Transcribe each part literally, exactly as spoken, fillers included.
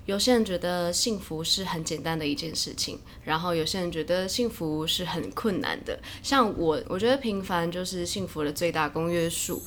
有些人觉得幸福是很简单的一件事情，然后有些人觉得幸福是很困难的。像我，我觉得平凡就是幸福的最大公约数。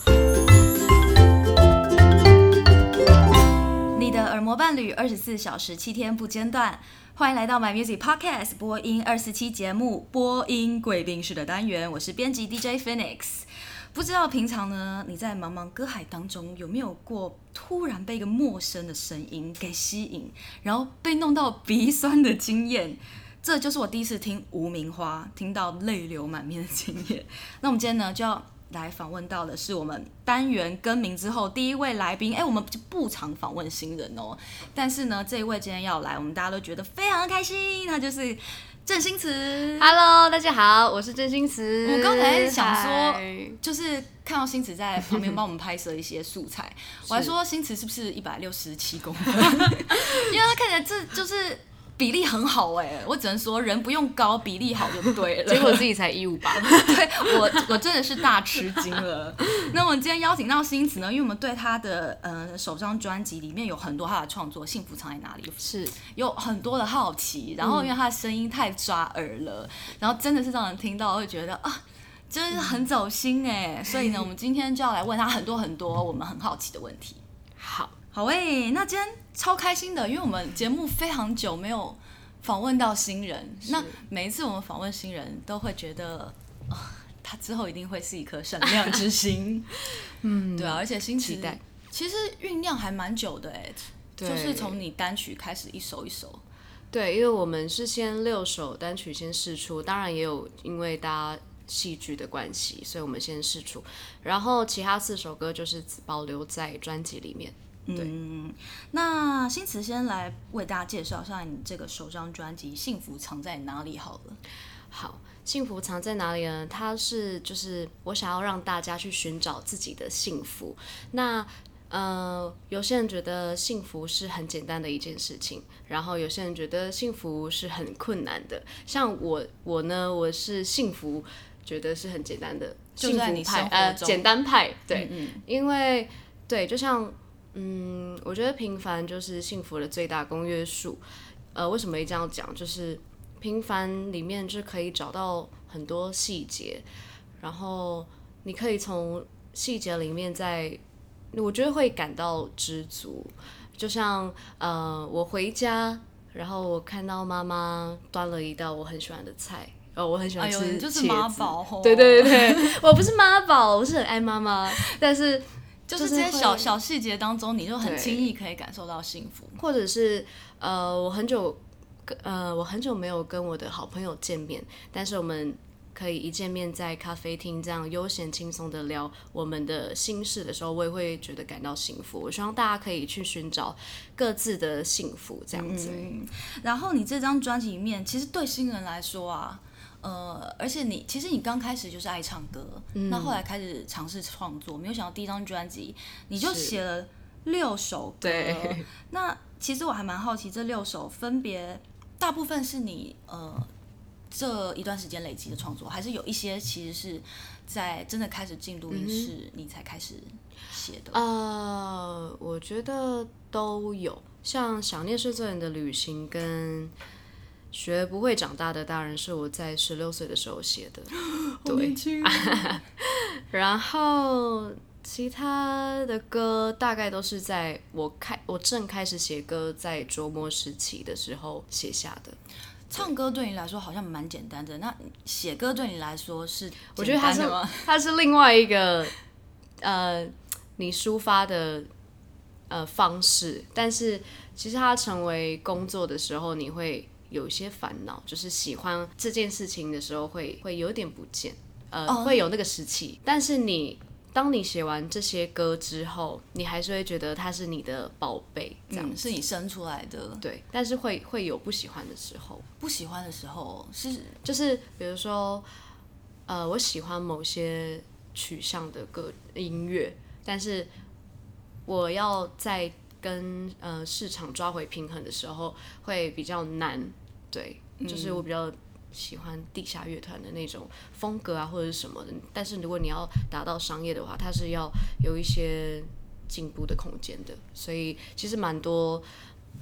你的耳膜伴侣，二十四小时七天不间断。欢迎来到 My Music Podcast 播音二四七节目播音贵宾室的单元，我是编辑 D J Phoenix。不知道平常呢，你在茫茫歌海当中有没有过突然被一个陌生的声音给吸引，然后被弄到鼻酸的经验？这就是我第一次听无名花，听到泪流满面的经验。那我们今天呢，就要来访问到的是我们单元更名之后第一位来宾。哎，我们不常访问新人哦，但是呢，这一位今天要来，我们大家都觉得非常的开心，他就是郑欣慈。 Hello， 大家好，我是郑欣慈。 我刚才想说，就是看到欣慈在旁边帮我们拍摄一些素材，我还说欣慈是不是一百六十七公分，因为他看起来这就是比例很好哎、欸，我只能说人不用高，比例好就对了。 结果自己才一五八， 对我我真的是大吃惊了。那我们今天邀请到欣慈呢，因为我们对他的呃首张专辑里面有很多他的创作，《幸福藏在哪里》 是有很多的好奇，然后因为他的声音太抓耳了，嗯、然后真的是让人听到会觉得啊，真的是很走心哎。所以呢，我们今天就要来问他很多很多我们很好奇的问题。 好。 好诶，那今天超开心的，因为我们节目非常久没有访问到新人，那每一次我们访问新人都会觉得，哦、他之后一定会是一颗闪亮之星。嗯，对啊，而且欣慈其实酝酿还蛮久的诶，就是从你单曲开始一首一首。 对，因为我们是先六首单曲先试出，当然也有因为大家戏剧的关系，所以我们先试出，然后其他四首歌就是保留在专辑里面。 嗯，那欣慈先来为大家介绍一下你这个首张专辑《幸福藏在哪里》好了。 好，幸福藏在哪里呢？它是就是我想要让大家去寻找自己的幸福。那呃，有些人觉得幸福是很简单的一件事情，然后有些人觉得幸福是很困难的。像我，我呢，我是幸福，觉得是很简单的， 就在你生活中， 呃，简单派，对， 嗯嗯因为对，就像。嗯，我觉得平凡就是幸福的最大公约数。呃，为什么会这样讲？就是平凡里面就可以找到很多细节，然后你可以从细节里面在，我觉得会感到知足。就像呃，我回家，然后我看到妈妈端了一道我很喜欢的菜。哦，我很喜欢吃茄子， 哎呦，你就是妈宝哦。 对对对对，我不是妈宝，我是很爱妈妈，但是。 就是这些小小细节当中，你就很轻易可以感受到幸福， 或者是呃，我很久呃，我很久没有跟我的好朋友见面，但是我们可以一见面在咖啡厅这样悠闲轻松的聊我们的心事的时候，我也会觉得感到幸福。我希望大家可以去寻找各自的幸福，这样子。 嗯、然后你这张专辑里面，其实对新人来说啊。呃，而且你其实你刚开始就是爱唱歌，嗯、那后来开始尝试创作，没有想到第一张专辑你就写了六首歌。 对， 那其实我还蛮好奇，这六首分别大部分是你呃这一段时间累积的创作，还是有一些其实是在真的开始进录音室、嗯、你才开始写的？ 呃，我觉得都有，像想念是最远的旅行跟。学不会长大的大人是我在十六岁的时候写的，对。然后其他的歌大概都是在我开我正开始写歌，在琢磨时期的时候写下的。 唱歌对你来说好像蛮简单的，那写歌对你来说是我觉得它是它是另外一个呃你抒发的呃方式，但是其实它成为工作的时候，你会。有一些烦恼，就是喜欢这件事情的时候会会有点不见，呃， oh. 会有那个时期。但是你当你写完这些歌之后，你还是会觉得它是你的宝贝，这样、 嗯、是你生出来的。 对，但是会会有不喜欢的时候。 不喜欢的时候是就是比如说，呃，我喜欢某些取向的歌音乐，但是我要在。跟呃市场抓回平衡的时候会比较难，对，就是我比较喜欢地下乐团的那种风格啊，或者是什么的。但是如果你要达到商业的话，它是要有一些进步的空间的。所以其实蛮多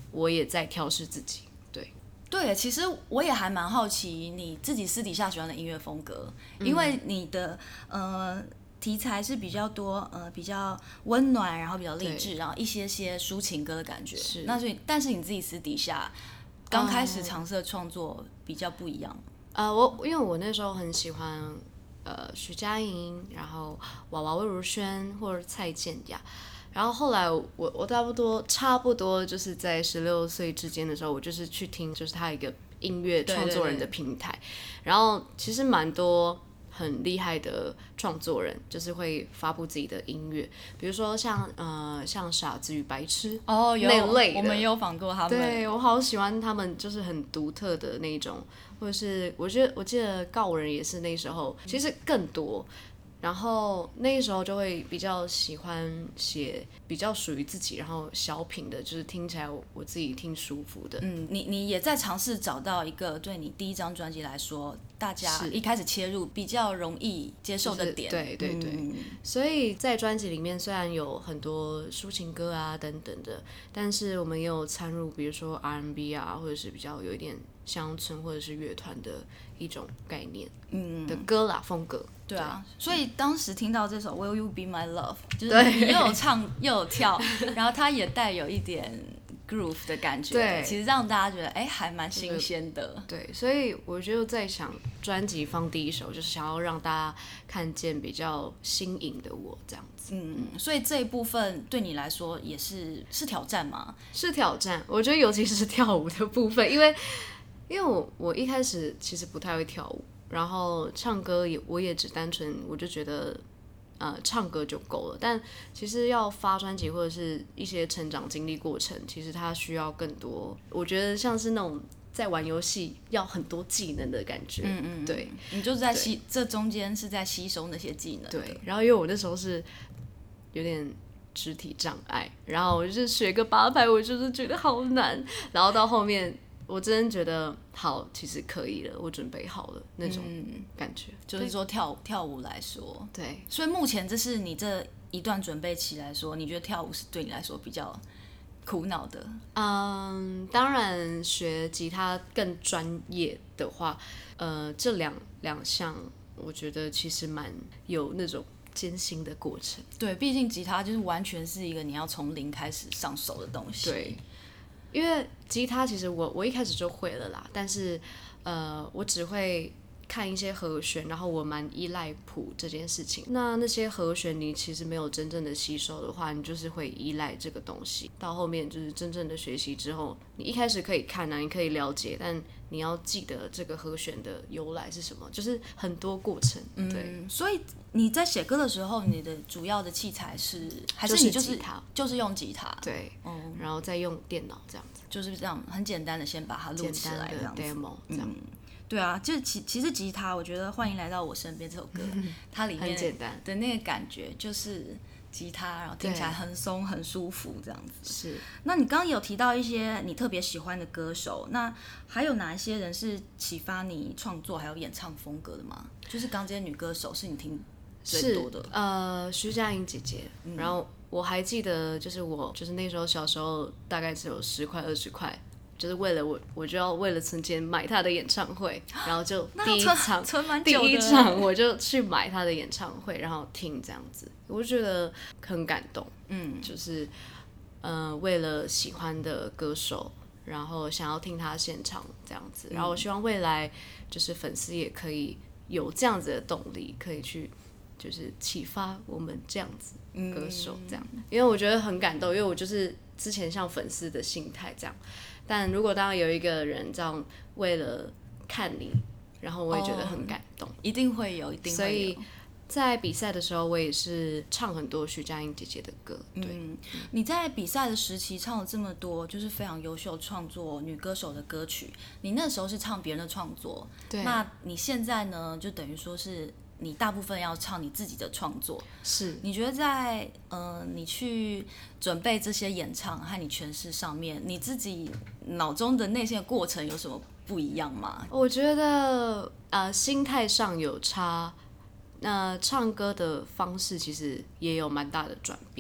我也在调试自己。对对，其实我也还蛮好奇你自己私底下喜欢的音乐风格，因为你的呃题材是比较多，呃比较温暖，然后比较励志，然后一些些抒情歌的感觉。 是， 那所以，但是你自己私底下刚开始尝试的创作比较不一样。 呃，我因为我那时候很喜欢呃徐佳莹，然后娃娃魏如萱或者蔡健雅。然后后来我我差不多差不多就是在十六岁之间的时候，我就是去听就是他一个音乐创作人的平台，对对对，然后其实蛮多很厉害的创作人就是会发布自己的音乐，比如说像呃像傻子与白痴哦，有那类的， 我们有访过他们， 对我好喜欢他们，就是很独特的那种，或者是我觉得我记得告人也是那时候，其实更多。然后那时候就会比较喜欢写比较属于自己，然后小品的，就是听起来我我自己听舒服的。 嗯，你你也在尝试找到一个对你第一张专辑来说，大家一开始切入比较容易接受的点。 就是、对对对、嗯，所以在专辑里面虽然有很多抒情歌啊等等的，但是我们也有掺入，比如说 R and B 啊，或者是比较有一点乡村或者是乐团的一种概念的歌啦、嗯、风格。 对啊，对，所以当时听到这首 Will You Be My Love， 就是你又有唱又有跳，然后它也带有一点 groove 的感觉，对，其实让大家觉得哎还蛮新鲜的。 对，所以我就在想，专辑放第一首就是想要让大家看见比较新颖的我这样子。 嗯，所以这一部分对你来说也是是挑战吗？ 是挑战，我觉得尤其是跳舞的部分，因为因为我我一开始其实不太会跳舞。然后唱歌也，我也只单纯，我就觉得，呃，唱歌就够了。但其实要发专辑或者是一些成长经历过程，其实它需要更多。我觉得像是那种在玩游戏要很多技能的感觉。嗯嗯，对， 你就是在吸，这中间是在吸收那些技能。 对，然后因为我那时候是有点肢体障碍，然后我就是学个八拍，我就是觉得好难。然后到后面。我真的觉得好，其实可以了，我准备好了那种感觉。嗯、 就是说跳跳舞来说， 对， 所以目前这是你这一段准备期来说，你觉得跳舞是对你来说比较苦恼的？ 嗯，当然学吉他更专业的话，呃，这两两项我觉得其实蛮有那种艰辛的过程。 对，毕竟吉他就是完全是一个你要从零开始上手的东西。 对。因为吉他其实我我一开始就会了啦，但是呃我只会看一些和弦，然后我蛮依赖谱这件事情。那那些和弦你其实没有真正的吸收的话，你就是会依赖这个东西。到后面就是真正的学习之后，你一开始可以看啊，你可以了解，但你要记得这个和弦的由来是什么，就是很多过程。对， 嗯、所以你在写歌的时候，你的主要的器材是还是你就是吉他， 就是用吉他， 对，嗯，然后再用电脑这样子， 就是这样很简单的先把它录起来，这样子 demo 这样。嗯， 对啊，就是其其实吉他，我觉得《欢迎来到我身边》这首歌，它里面的那个感觉就是吉他，然后听起来很松很舒服这样子。 是。 那你刚刚有提到一些你特别喜欢的歌手，那还有哪一些人是启发你创作还有演唱风格的吗？就是刚这些女歌手是你听最多的？ 是呃，徐佳莹姐姐、嗯，然后我还记得，就是我就是那时候小时候大概只有十块二十块。就是为了我，我就要为了存钱买他的演唱会，然后就第一场，第一场我就去买他的演唱会，然后听这样子，我就觉得很感动。嗯，就是呃，为了喜欢的歌手，然后想要听他现场这样子，然后我希望未来就是粉丝也可以有这样子的动力，可以去就是启发我们这样子歌手这样，因为我觉得很感动，因为我就是之前像粉丝的心态这样。但如果当然有一个人这样为了看你，然后我也觉得很感动， oh, 一定会有，一定会有。 所以在比赛的时候，我也是唱很多徐佳莹姐姐的歌。对， 嗯，你在比赛的时期唱了这么多，就是非常优秀创作女歌手的歌曲。你那时候是唱别人的创作， 对。 那你现在呢？就等于说是你大部分要唱你自己的创作。 是。 你觉得在呃，你去准备这些演唱和你诠释上面，你自己脑中的内心的过程有什么不一样吗？ 我觉得呃，心态上有差。那唱歌的方式其实也有蛮大的转变，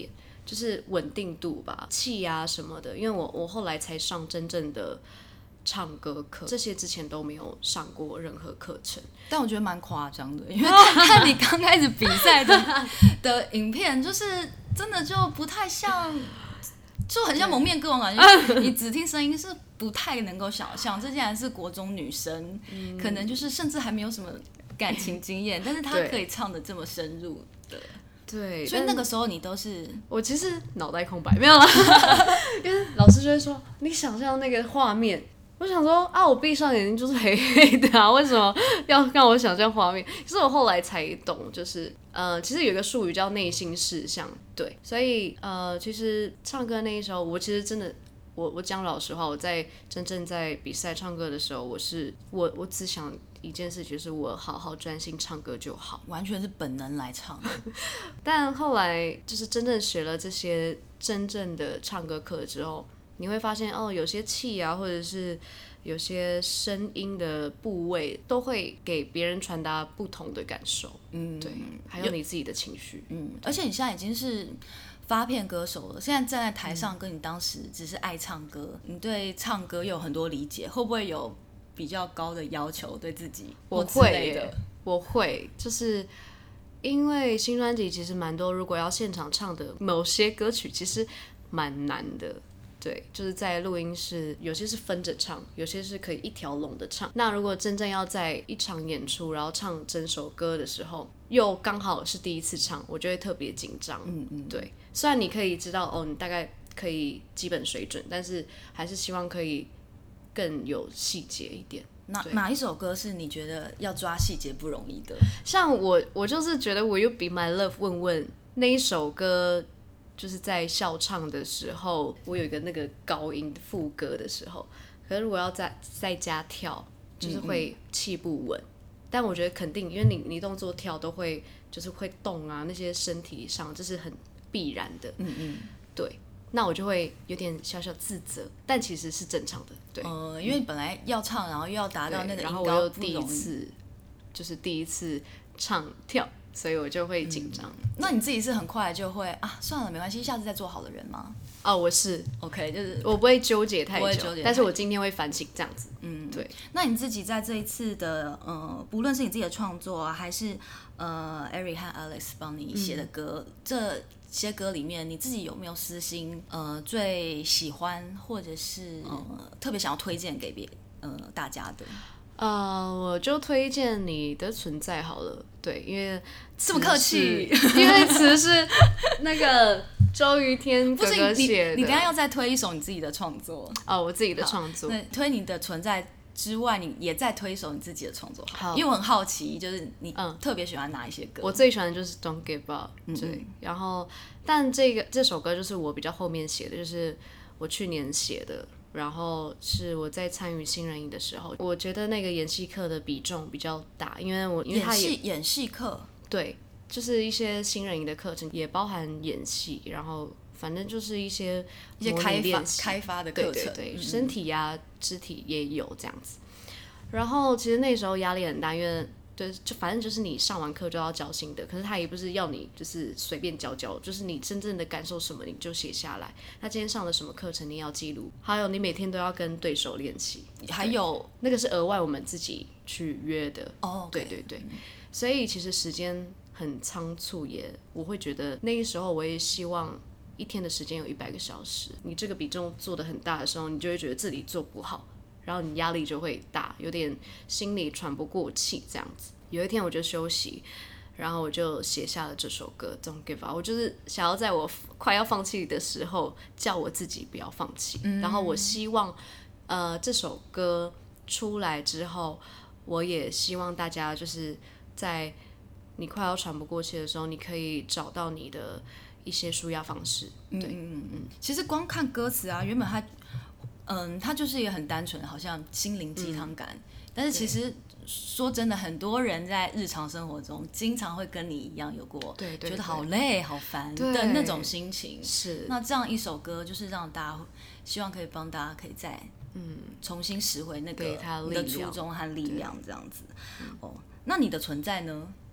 就是稳定度吧，气啊什么的。因为我我后来才上真正的唱歌课，这些之前都没有上过任何课程。 但我觉得蛮夸张的，因为看你刚开始比赛的的影片，就是真的就不太像。就很像蒙面歌王感觉，你只听声音是不太能够想象，这竟然是国中女生，嗯、可能就是甚至还没有什么感情经验，但是她可以唱得这么深入的。 对， 所以那个时候你都是我其实脑袋空白，没有啦，因为老师就会说你想象那个画面。我想说啊，我闭上眼睛就是黑黑的啊，为什么要让我想象画面？可是我后来才懂，就是呃，其实有一个术语叫内心事项，对，所以呃，其实唱歌那一时候，我其实真的，我我讲老实话，我在真正在比赛唱歌的时候，我是我我只想一件事，就是我好好专心唱歌就好， 完全是本能来唱。 但后来就是真正学了这些真正的唱歌课之后。你会发现哦，有些气啊，或者是有些声音的部位，都会给别人传达不同的感受。嗯，对，还有你自己的情绪。 嗯，而且你现在已经是发片歌手了，现在站在台上，跟你当时只是爱唱歌，嗯、你对唱歌又有很多理解，会不会有比较高的要求对自己？ 我会耶，我会，就是因为新专辑其实蛮多，如果要现场唱的某些歌曲，其实蛮难的。对，就是在录音室，有些是分着唱，有些是可以一条龙的唱。那如果真正要在一场演出，然后唱整首歌的时候，又刚好是第一次唱，我就会特别紧张。嗯嗯，对。虽然你可以知道哦，你大概可以基本水准，但是还是希望可以更有细节一点。 哪哪一首歌是你觉得要抓细节不容易的？ 像我，我就是觉得我又比 My Love 问问那一首歌。就是在笑唱的时候，我有一个那个高音副歌的时候，可是如果要再再加跳，就是会气不稳。嗯嗯，但我觉得肯定，因为你你动作跳都会就是会动啊，那些身体上这是很必然的。嗯嗯，对。那我就会有点小小自责，但其实是正常的。对， 呃，因为本来要唱，然后又要达到那个音高， 然后我又第一次就是第一次唱跳。所以我就会紧张、 嗯。那你自己是很快就会啊，算了，没关系，下次再做好的人吗？ 哦，我是 OK， 就是我不会纠结太久， 不会纠结太久， 但是我今天会反省这样子。嗯，对。 那你自己在这一次的呃，不论是你自己的创作啊，还是呃 Eric 和 Alex 帮你写的歌，嗯、这些歌里面，你自己有没有私心呃最喜欢，或者是、呃嗯、特别想要推荐给别呃大家的？ 呃，我就推荐你的存在好了，对，因为这么客气， 因为词是那个周于天哥哥写的。 你, 你等一下要再推一首你自己的创作哦，我自己的创作。 那推你的存在之外，你也再推一首你自己的创作好，因为我很好奇，就是你特别喜欢哪一些歌？ 我最喜欢的就是 Don't Give Up， 对，嗯、然后但这个这首歌就是我比较后面写的，就是我去年写的。然后是我在参与新人营的时候，我觉得那个演戏课的比重比较大，因为我因为他也演戏演戏课， 对，就是一些新人营的课程也包含演戏，然后反正就是一些一些开发开发的课程， 对对对，嗯、身体呀、啊、肢体也有这样子。然后其实那时候压力很大，因为对，就反正就是你上完课就要交心得，可是他也不是要你就是随便交交，就是你真正的感受什么你就写下来。那今天上了什么课程你要记录，还有你每天都要跟对手练习， 还有那个是额外我们自己去约的。 哦， okay, 对对对，所以其实时间很仓促也，也我会觉得那个时候我也希望一天的时间有一百个小时，你这个比重做得很大的时候，你就会觉得自己做不好。然后你压力就会大，有点心里喘不过气这样子。有一天我就休息，然后我就写下了这首歌 Don't Give Up。我就是想要在我快要放弃的时候，叫我自己不要放弃。嗯、然后我希望，呃，这首歌出来之后，我也希望大家就是在你快要喘不过气的时候，你可以找到你的一些抒压方式。对，嗯嗯嗯。其实光看歌词啊，原本它。嗯，它就是一个很单纯，好像心灵鸡汤感、嗯。但是其实说真的，很多人在日常生活中，经常会跟你一样有过， 对对对， 觉得好累、好烦的那种心情。 是。 那这样一首歌，就是让大家希望可以帮大家可以再嗯重新拾回那个你的初衷和力量，这样子。哦，那你的存在呢？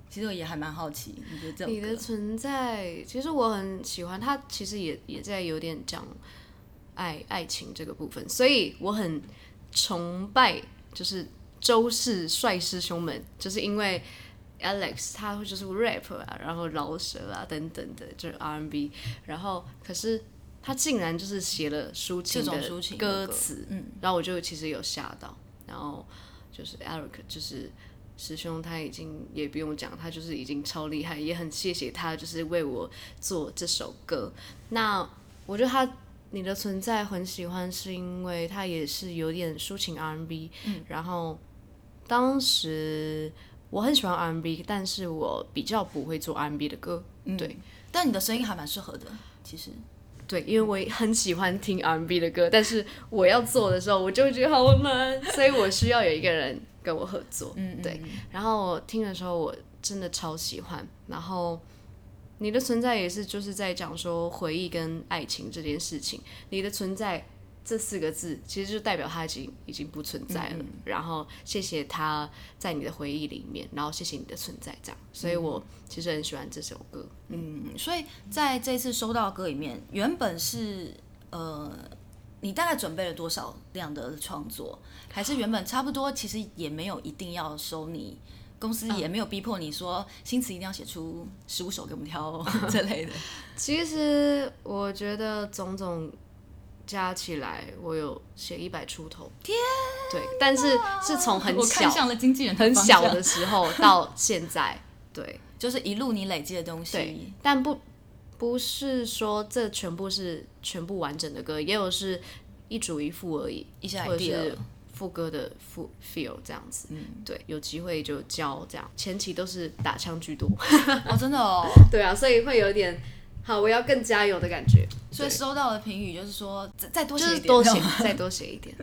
其实我也还蛮好奇，你觉得这首歌你的存在，其实我很喜欢它，其实也也在有点讲爱爱情这个部分，所以我很崇拜就是周氏帅师兄们，就是因为 Alex 他就是 rap 啊，然后饶舌啊等等的，就是 R and B， 然后可是他竟然就是写了抒情的歌词，嗯，然后我就其实有吓到，然后就是 Eric 就是师兄他已经也不用讲，他就是已经超厉害，也很谢谢他就是为我做这首歌。那我觉得他你的存在很喜欢，是因为他也是有点抒情 R and B，嗯，然后当时我很喜欢 R and B， 但是我比较不会做 R and B 的歌，嗯，对， 但你的声音还蛮适合的，其实。 对，因为我也很喜欢听 R and B 的歌，但是我要做的时候，我就会觉得好难，所以我需要有一个人跟我合作。嗯，对。然后我听的时候，我真的超喜欢。然后你的存在也是就是在讲说回忆跟爱情这件事情。你的存在这四个字，其实就代表他已经已经不存在了。嗯、然后谢谢他在你的回忆里面，然后谢谢你的存在，这样。所以我其实很喜欢这首歌。 嗯，所以在这次收到的歌里面，原本是呃，你大概准备了多少量的创作？还是原本差不多，其实也没有一定要收你，公司也没有逼迫你说新词一定要写出十五首给我们挑、哦、之类的。 其实我觉得种种加起来，我有写一百出头。 天， 对，但是是从很小， 我看向了经纪人很小的时候到现在，对， 就是一路你累积的东西。 对，但不不是说这全部是全部完整的歌，也有是一主一副而已， 一些 idea， 或者是副歌的副 feel 这样子。嗯，对，有机会就教这样，前期都是打枪居多。 哦，真的哦。 对啊，所以会有点。好，我要更加油的感觉。 所以收到的评语就是说，再再多写一点， 就是多写，再多写一点。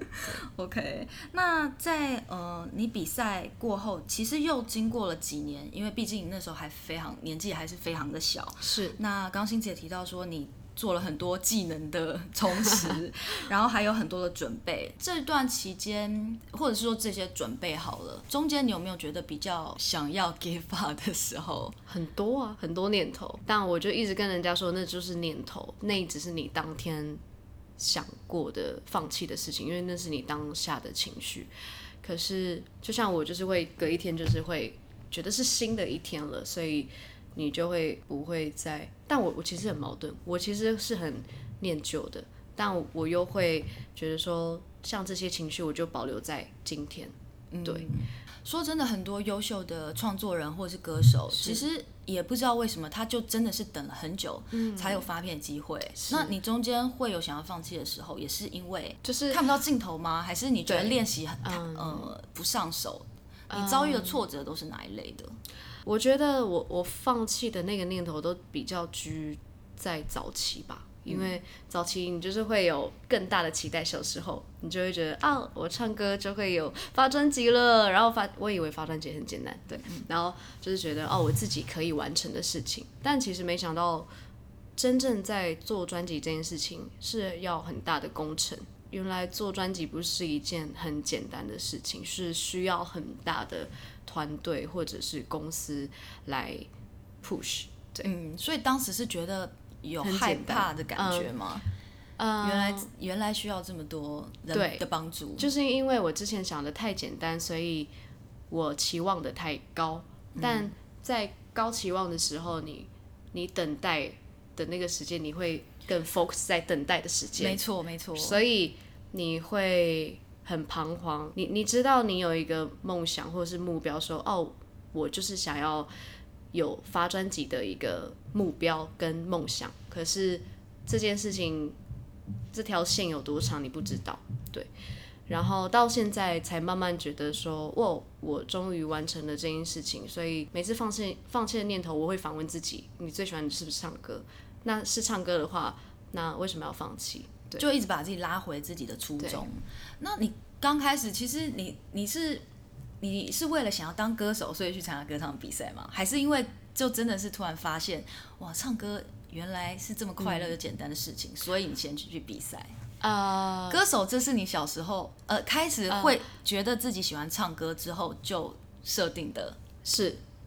OK， 那在呃你比赛过后，其实又经过了几年，因为毕竟你那时候还非常年纪还是非常的小。 是。 那刚欣姐提到说你做了很多技能的充实，然后还有很多的准备。这段期间，或者是说这些准备好了，中间你有没有觉得比较想要 give up 的时候？ 很多啊，很多念头。但我就一直跟人家说，那就是念头，那只是你当天想过的放弃的事情，因为那是你当下的情绪。可是，就像我就是会隔一天，就是会觉得是新的一天了，所以。你就会不会再，但我我其实很矛盾，我其实是很念旧的，但我又会觉得说，像这些情绪我就保留在今天。对，嗯、 说真的，很多优秀的创作人或是歌手，其实也不知道为什么，他就真的是等了很久才有发片机会。嗯、那你中间会有想要放弃的时候，也是因为就是看不到尽头吗？还是你觉得练习很、嗯、呃不上手？你遭遇的挫折都是哪一类的？ 我觉得我我放弃的那个念头都比较居在早期吧，因为早期你就是会有更大的期待，小时候你就会觉得啊，我唱歌就会有发专辑了，然后发我以为发专辑很简单，对，然后就是觉得哦我自己可以完成的事情，但其实没想到真正在做专辑这件事情是要很大的工程。原来做专辑不是一件很简单的事情，是需要很大的团队或者是公司来 push。对， 嗯，所以当时是觉得有害怕的感觉吗？嗯，原来原来需要这么多人的帮助， 就是因为我之前想的太简单，所以我期望的太高。但在高期望的时候，你你等待的那个时间，你会更 focus 在等待的时间， 没错没错， 所以你会很彷徨。你你知道你有一个梦想或者是目标说，说哦，我就是想要有发专辑的一个目标跟梦想，可是这件事情这条线有多长你不知道，对。然后到现在才慢慢觉得说，哇，我终于完成了这件事情。所以每次放弃放弃的念头，我会反问自己：你最喜欢的是不是唱歌？那是唱歌的话，那为什么要放弃？对， 就一直把自己拉回自己的初衷。那你刚开始，其实你你是你是为了想要当歌手，所以去参加歌唱比赛吗？还是因为就真的是突然发现，哇，唱歌原来是这么快乐又简单的事情，嗯、所以你先去比赛？呃，歌手这是你小时候呃开始会觉得自己喜欢唱歌之后就设定的， 是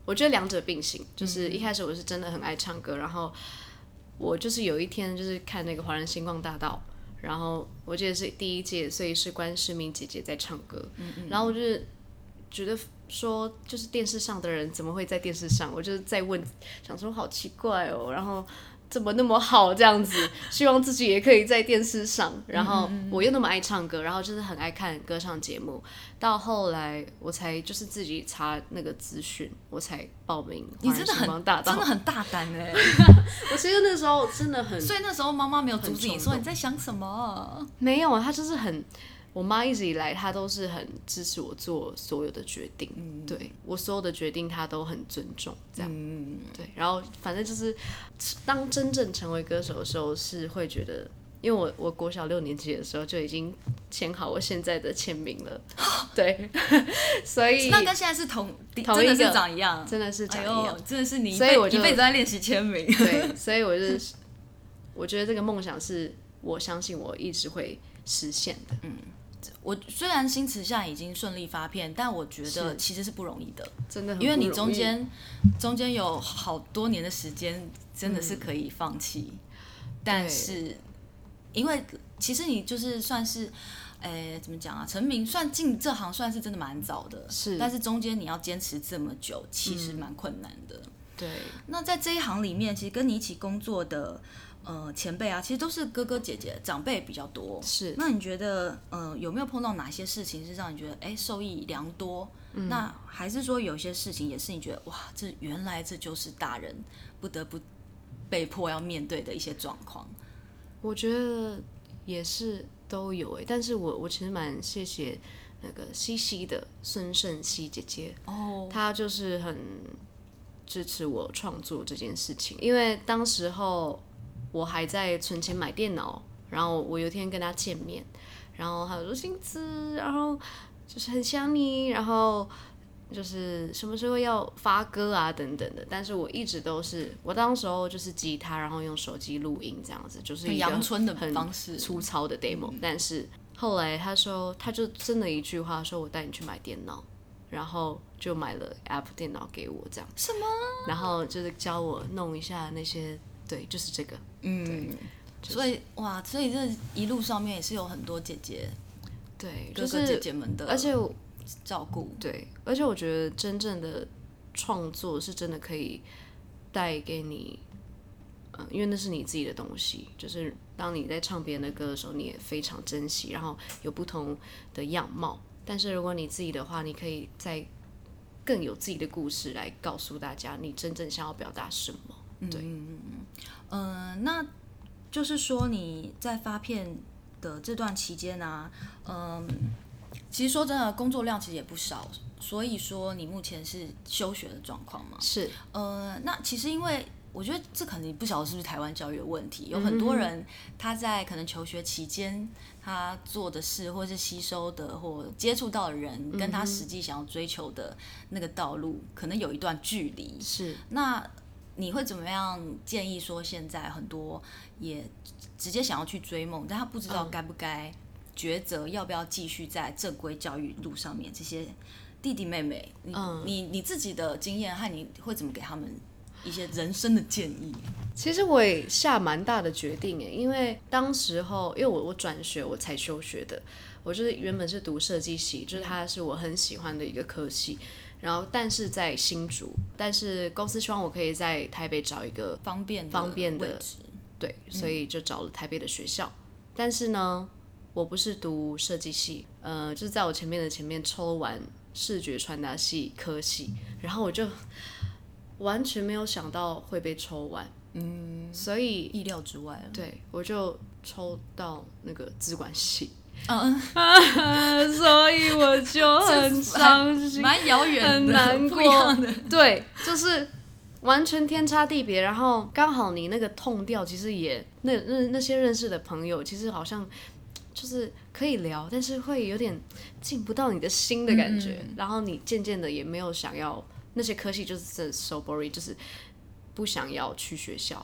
我觉得两者并行，就是一开始我是真的很爱唱歌，然后我就是有一天就是看那个华人星光大道，然后我记得是第一届，所以是关诗敏姐姐在唱歌，嗯嗯然后我就是觉得说，就是电视上的人怎么会在电视上？我就是在问，想说好奇怪哦，然后怎么那么好这样子？希望自己也可以在电视上。然后我又那么爱唱歌，然后就是很爱看歌唱节目。到后来我才就是自己查那个资讯，我才报名华人星光大道。 你真的很真的很大胆哎！ 我其实那时候真的很， 所以那时候妈妈没有阻止你说你在想什么？ 没有啊，她就是很。我妈一直以来，她都是很支持我做所有的决定，嗯、对我所有的决定，她都很尊重，这样，嗯、对。然后反正就是，当真正成为歌手的时候，是会觉得，因为我我国小六年级的时候就已经签好我现在的签名了，对，所以那跟现在是同同一个真的是长一样， 真的是长一样，哎、 真的是你一所以我就一辈子在练习签名， 对，所以我就我觉得这个梦想是我相信我一直会实现的，嗯。 我虽然新词现在已经顺利发片，但我觉得其实是不容易的， 真的很因为你中间中间有好多年的时间，真的是可以放弃、嗯，但是因为其实你就是算是，诶怎么讲啊，成名算进这行算是真的蛮早的， 是， 但是中间你要坚持这么久，其实蛮困难的。嗯、 对， 那在这一行里面，其实跟你一起工作的。呃，前辈啊，其实都是哥哥姐姐，长辈比较多。 是， 那你觉得，呃，有没有碰到哪些事情是让你觉得，哎，受益良多？嗯、那还是说有一些事情也是你觉得，哇，这原来这就是大人不得不被迫要面对的一些状况？ 我觉得也是都有哎，但是我我其实蛮谢谢那个西西的孙盛熙姐姐哦，她就是很支持我创作这件事情，因为当时候。我还在存钱买电脑，然后我有一天跟他见面，然后他说星子，然后就是很想你，然后就是什么时候要发歌啊等等的，但是我一直都是我当时候就是吉他，然后用手机录音这样子，就是一个阳春的方式， 粗糙的 demo、嗯。但是后来他说，他就真的一句话说，我带你去买电脑，然后就买了 Apple 电脑给我这样。 什么？ 然后就是教我弄一下那些。对，就是这个。嗯， 就是、所以哇，所以这一路上面也是有很多姐姐， 对， 哥哥姐姐们的， 而且照顾。 对，而且我觉得真正的创作是真的可以带给你，嗯、呃，因为那是你自己的东西，就是当你在唱别人的歌的时候，你也非常珍惜，然后有不同的样貌。但是如果你自己的话，你可以再更有自己的故事来告诉大家，你真正想要表达什么。对， 嗯嗯嗯，呃，那就是说你在发片的这段期间啊，嗯，其实说真的，工作量其实也不少，所以说你目前是休学的状况吗？ 是， 呃，那其实因为我觉得这可能不晓得是不是台湾教育的问题，有很多人他在可能求学期间他做的事，或是吸收的或接触到的人，跟他实际想要追求的那个道路，可能有一段距离。 是， 那。你会怎么样建议说，现在很多也直接想要去追梦，但他不知道该不该抉择，要不要继续在正规教育路上面？这些弟弟妹妹，你、嗯、你你自己的经验和你会怎么给他们一些人生的建议？ 其实我也下蛮大的决定耶，因为当时候，因为我我转学我才休学的，我就是原本是读设计系，就是它是我很喜欢的一个科系。然后，但是在新竹，但是公司希望我可以在台北找一个方便方便的位置， 对，所以就找了台北的学校。嗯、但是呢，我不是读设计系，呃，就是在我前面的前面抽完视觉传达系科系，然后我就完全没有想到会被抽完，嗯，所以意料之外了。 对，我就抽到那个资管系。 嗯， 所以我就很伤心， 蛮遥远的， 很难过的。 对，就是完全天差地别。然后刚好你那个痛调，其实也那那那些认识的朋友，其实好像就是可以聊，但是会有点进不到你的心的感觉。嗯、然后你渐渐的也没有想要那些科系，就是 so boring， 就是不想要去学校。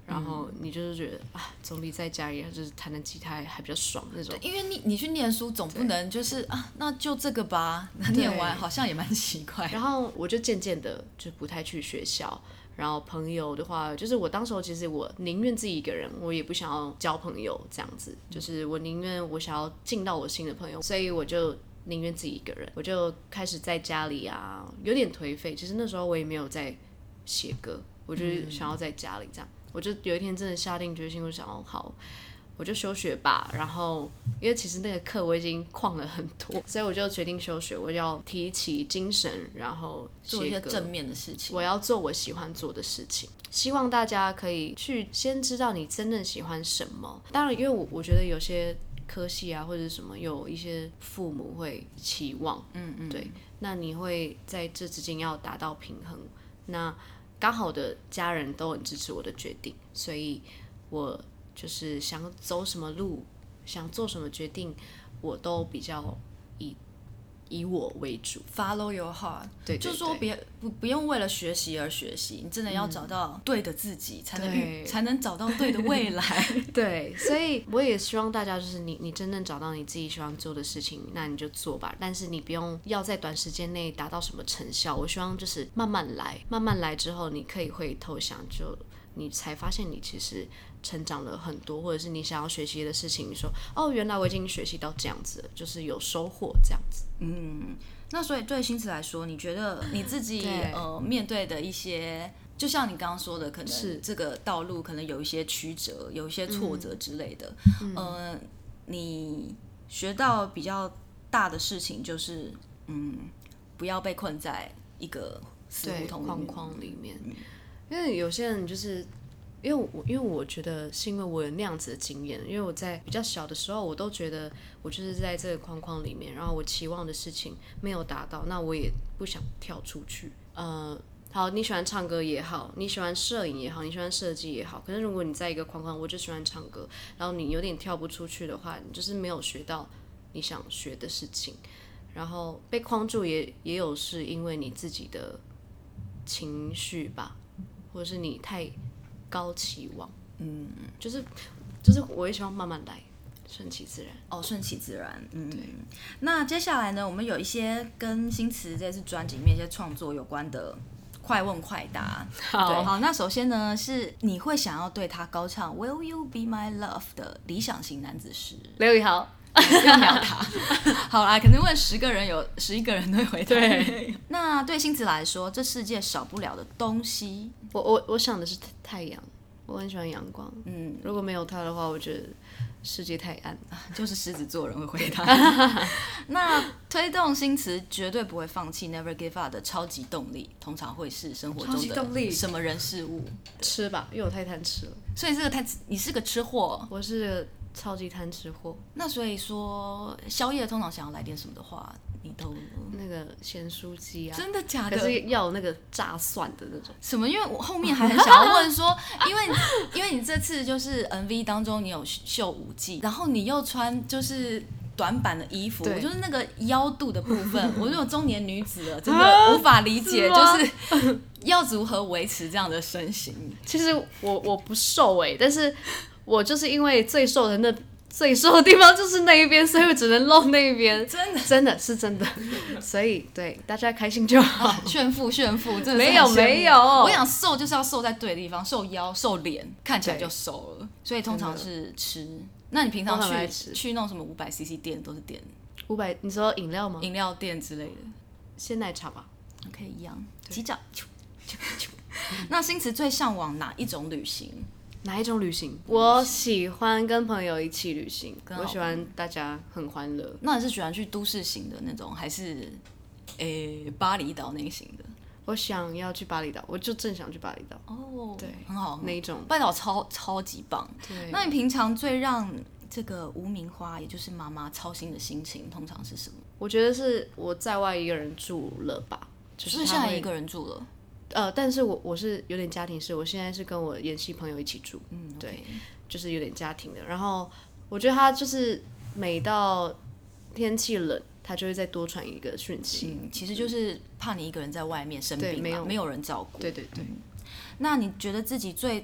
然后你就是觉得啊，总比在家里就是弹弹吉他还比较爽那种。 因为你你去念书总不能就是啊，那就这个吧，念完好像也蛮奇怪。 然后我就渐渐的就不太去学校。然后朋友的话，就是我当时候其实我宁愿自己一个人，我也不想要交朋友这样子，就是我宁愿我想要进到我新的朋友，所以我就宁愿自己一个人，我就开始在家里啊，有点颓废。其实那时候我也没有在写歌，我就是想要在家里这样。嗯、我就有一天真的下定决心，我想要好。我就休学吧，然后因为其实那个课我已经旷了很多，所以我就决定休学。我要提起精神，然后做一些正面的事情。 我要做我喜欢做的事情。希望大家可以去先知道你真正喜欢什么。当然，因为我我觉得有些科系啊或者什么，有一些父母会期望，嗯嗯，对，那你会在这之间要达到平衡。那刚好的家人都很支持我的决定，所以我。就是想走什么路，想做什么决定，我都比较以以我为主 ，follow your heart。 对， 就是说别不不用为了学习而学习，你真的要找到对的自己，嗯、才能才能找到对的未来。 对，所以我也希望大家就是你你真正找到你自己喜欢做的事情，那你就做吧。但是你不用要在短时间内达到什么成效。我希望就是慢慢来，慢慢来之后，你可以回头想，就你才发现你其实。成长了很多，或者是你想要学习的事情，你说哦，原来我已经学习到这样子了，就是有收获这样子。 嗯，那所以对星驰来说，你觉得你自己呃面对的一些，就像你刚刚说的，可能这个道路可能有一些曲折，有一些挫折之类的。嗯、呃，你学到比较大的事情就是，嗯，不要被困在一个死胡同框框里面，嗯、因为有些人就是。因为我因为我觉得是因为我有那样子的经验，因为我在比较小的时候，我都觉得我就是在这个框框里面，然后我期望的事情没有达到，那我也不想跳出去。呃，好，你喜欢唱歌也好，你喜欢摄影也好，你喜欢设计也好，可是如果你在一个框框，我就喜欢唱歌，然后你有点跳不出去的话，你就是没有学到你想学的事情，然后被框住也也有是因为你自己的情绪吧，或者是你太。高期望，嗯，就是就是我也希望慢慢来，顺其自然。 哦，顺其自然，嗯。对。那接下来呢，我们有一些跟星驰这次专辑里面一些创作有关的快问快答。 好， 好，那首先呢，是你会想要对他高唱 "Will You Be My Love" 的理想型男子是刘以豪。 要秒他。好啦，可能问十个人有十一个人都会回答。 对。 那对星驰来说，这世界少不了的东西， 我我我想的是太阳，我很喜欢阳光。嗯，如果没有它的话，我觉得世界太暗。 就是狮子座人会回答。那推动星驰绝对不会放弃 ，Never Give Up 的超级动力，通常会是生活中的什么人事物？ 吃吧，因为我太贪吃了。 所以这个太，你是个吃货。 我是。超级贪吃货。 那所以说，宵夜通常想要来点什么的话，你都那个咸酥鸡啊？ 真的假的？ 可是要有那个炸蒜的那种。 什么？因为我后面还很想要问说，因为因为你这次就是 M V 当中你有秀舞技，然后你又穿就是短版的衣服，我就是那个腰肚的部分，我这种中年女子了，真的无法理解，就是要如何维持这样的身形。 其实我我不瘦哎、欸，但是。我就是因为最瘦的那最瘦的地方就是那一边，所以我只能露那一边。 真的， 真的是真的。所以对大家开心就好。 炫富炫富，真的没有没有。 我想瘦就是要瘦在对的地方，瘦腰瘦脸，看起来就瘦了。所以通常是吃。那你平常去去弄什么五百 C C 店都是点五百？你说饮料吗？ 饮料店之类的， 鲜奶茶吧。 可以一样。几脚。那星驰最向往哪一种旅行？ 哪一种旅行？我喜欢跟朋友一起旅行，我喜欢大家很欢乐。 那你是喜欢去都市型的那种，还是诶、欸、巴厘岛那型的？ 我想要去巴厘岛，我就正想去巴厘岛。 哦， 对， 很好， 那一种巴厘岛超超级棒。 对， 那你平常最让这个无名花，也就是妈妈操心的心情，通常是什么？ 我觉得是我在外一个人住了吧，就是现在一个人住了。 呃，但是我我是有点家庭式，我现在是跟我演戏朋友一起住，嗯，对， okay. 就是有点家庭的。然后我觉得他就是每到天气冷，他就会再多传一个讯息、 嗯，其实就是怕你一个人在外面生病嘛，没有没有人照顾。 对对对、嗯。 那你觉得自己最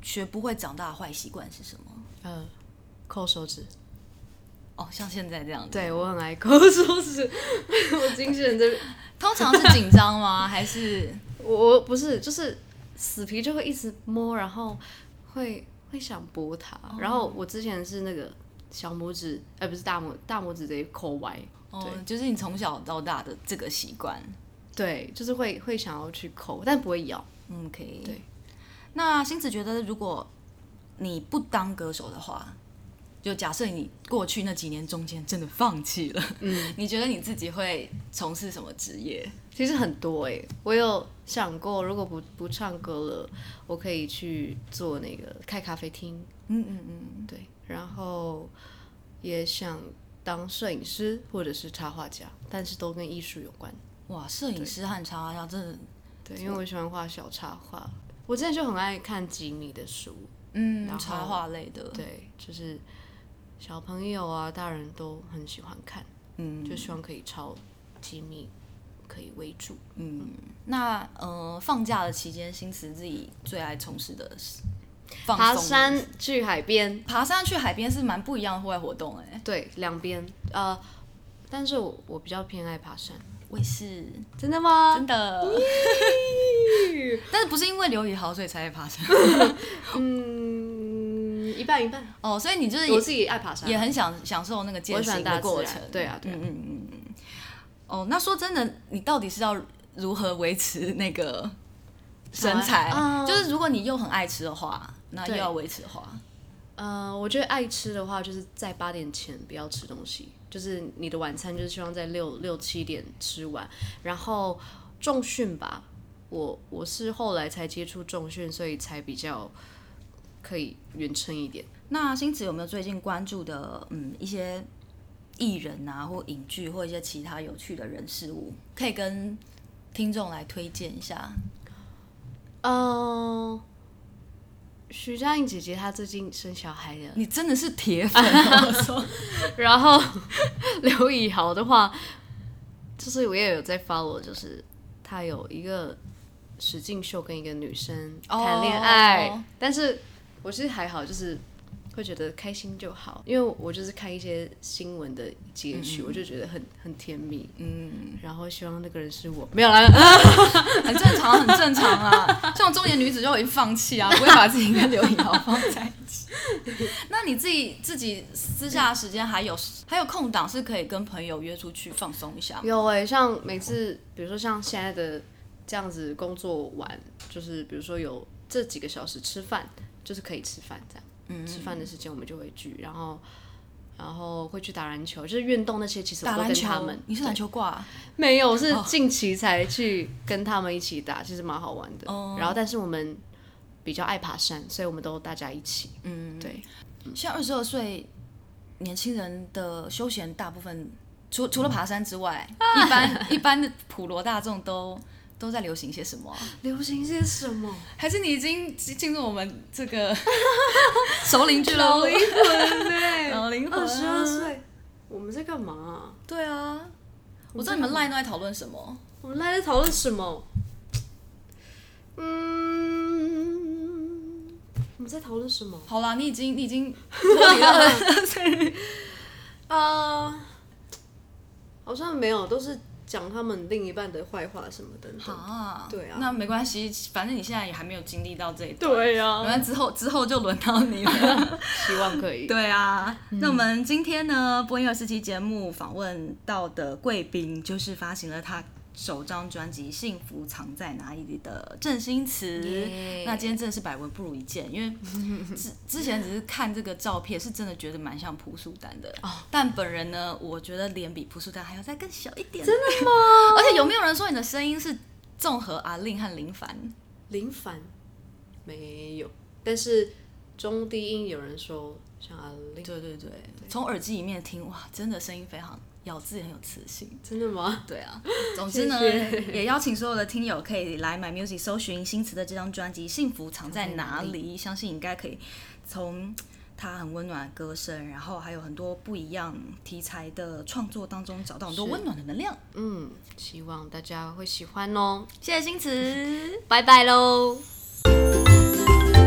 学不会长大的坏习惯是什么？ 呃，抠手指。 哦，像现在这样子。 对，我很爱抠手指，我精神这通常是紧张吗？还是我不是，就是死皮就会一直摸，然后会会想拨它。哦、然后我之前是那个小拇指，哎、呃，不是大拇大拇指直接抠歪。 哦， 对， 就是你从小到大的这个习惯。 对，就是会会想要去抠，但不会咬。 嗯，可以。 对。 那星子觉得，如果你不当歌手的话，就假设你过去那几年中间真的放弃了，嗯，你觉得你自己会从事什么职业？ 其实很多哎、欸，我有想过，如果不不唱歌了，我可以去做那个开咖啡厅。 嗯嗯嗯， 对。然后也想当摄影师或者是插画家，但是都跟艺术有关。 哇，摄影师和插画家真的， 对，因为我喜欢画小插画。我之前就很爱看吉米的书， 嗯，插画类的， 对，就是小朋友啊、大人都很喜欢看，嗯，就希望可以抄吉米，可以为主。 嗯，那呃，放假的期间，星驰自己最爱从事的是爬山、去海边。 爬山去海边是蛮不一样的户外活动哎、欸。 对，两边呃，但是我我比较偏爱爬山。 我也是。 真的吗？ 真的。但是不是因为刘以豪所以才爱爬山？ 嗯，一半一半。 哦，所以你就是我自己爱爬山， 也很想享受那个践行的过程。 对啊，对啊。 嗯嗯嗯。哦，那说真的，你到底是要如何维持那个身材？啊、就是如果你又很爱吃的话，那又要维持的话， 呃，我觉得爱吃的话，就是在八点前不要吃东西，就是你的晚餐就是希望在六六七点吃完，然后重训吧。我我是后来才接触重训，所以才比较可以匀称一点。 那星驰有没有最近关注的嗯一些艺人啊，或影剧，或一些其他有趣的人事物，可以跟听众来推荐一下？ 嗯、呃，徐佳莹姐姐她最近生小孩了， 你真的是铁粉、啊。我说， 然后刘以豪的话，就是我也有在 follow， 就是他有一个实境秀跟一个女生谈恋爱， oh. 但是我是还好，就是会觉得开心就好，因为我就是看一些新闻的截取，嗯、我就觉得很很甜蜜，嗯，然后希望那个人是我，没有啦， 很正常，很正常啊。像中年女子就已经放弃啊，不会把自己跟刘以豪放在一起。那你自己自己私下的时间还有还有空档是可以跟朋友约出去放松一下吗？ 有哎、欸，像每次比如说像现在的这样子工作完，就是比如说有这几个小时吃饭，就是可以吃饭这样。嗯，吃饭的时间我们就会聚，然后然后会去打篮球，就是运动那些，其实我都跟他们。 你是篮球挂、啊？ 没有，我是近期才去跟他们一起打，其实蛮好玩的。哦、然后，但是我们比较爱爬山，所以我们都大家一起。嗯，对。 现在二十二岁年轻人的休闲大部分，除除了爬山之外，啊、一般一般的普罗大众都。都在流行些什么、啊？ 流行些什么？ 还是你已经进入我们这个熟龄俱乐部？ 老灵魂呢？ 老灵魂， 二十二岁，我们在干嘛、啊？ 对啊，我知道你们 LINE 都在讨论什么。 我们 LINE 在讨论什么？嗯，我们在讨论什么？ 好啦，你已经你已经脱离了。 呃，好像没有，都是。讲他们另一半的坏话什么的， 啊， 对啊， 那没关系，反正你现在也还没有经历到这一段， 对啊， 反正之后之后就轮到你了， 希望可以。 对啊，嗯、那我们今天呢，播音二十期节目访问到的贵宾，就是发行了他首张专辑《幸福藏在哪里》的郑星驰。Yeah. 那今天真的是百闻不如一见，因为之之前只是看这个照片，是真的觉得蛮像朴树丹的。Oh. 但本人呢，我觉得脸比朴树丹还要再更小一点。 真的吗？ 而且有没有人说你的声音是综合阿令和林凡？ 林凡没有，但是中低音有人说像阿令。 对对对，从耳机里面听，哇，真的声音非常。咬字也很有磁性， 真的吗？ 对啊，总之呢，谢谢也邀请所有的听友可以来 My Music 搜寻星驰的这张专辑《幸福藏在哪里》，相信应该可以从他很温暖的歌声，然后还有很多不一样题材的创作当中找到很多温暖的能量。 嗯，希望大家会喜欢哦。 谢谢星驰， 拜拜喽。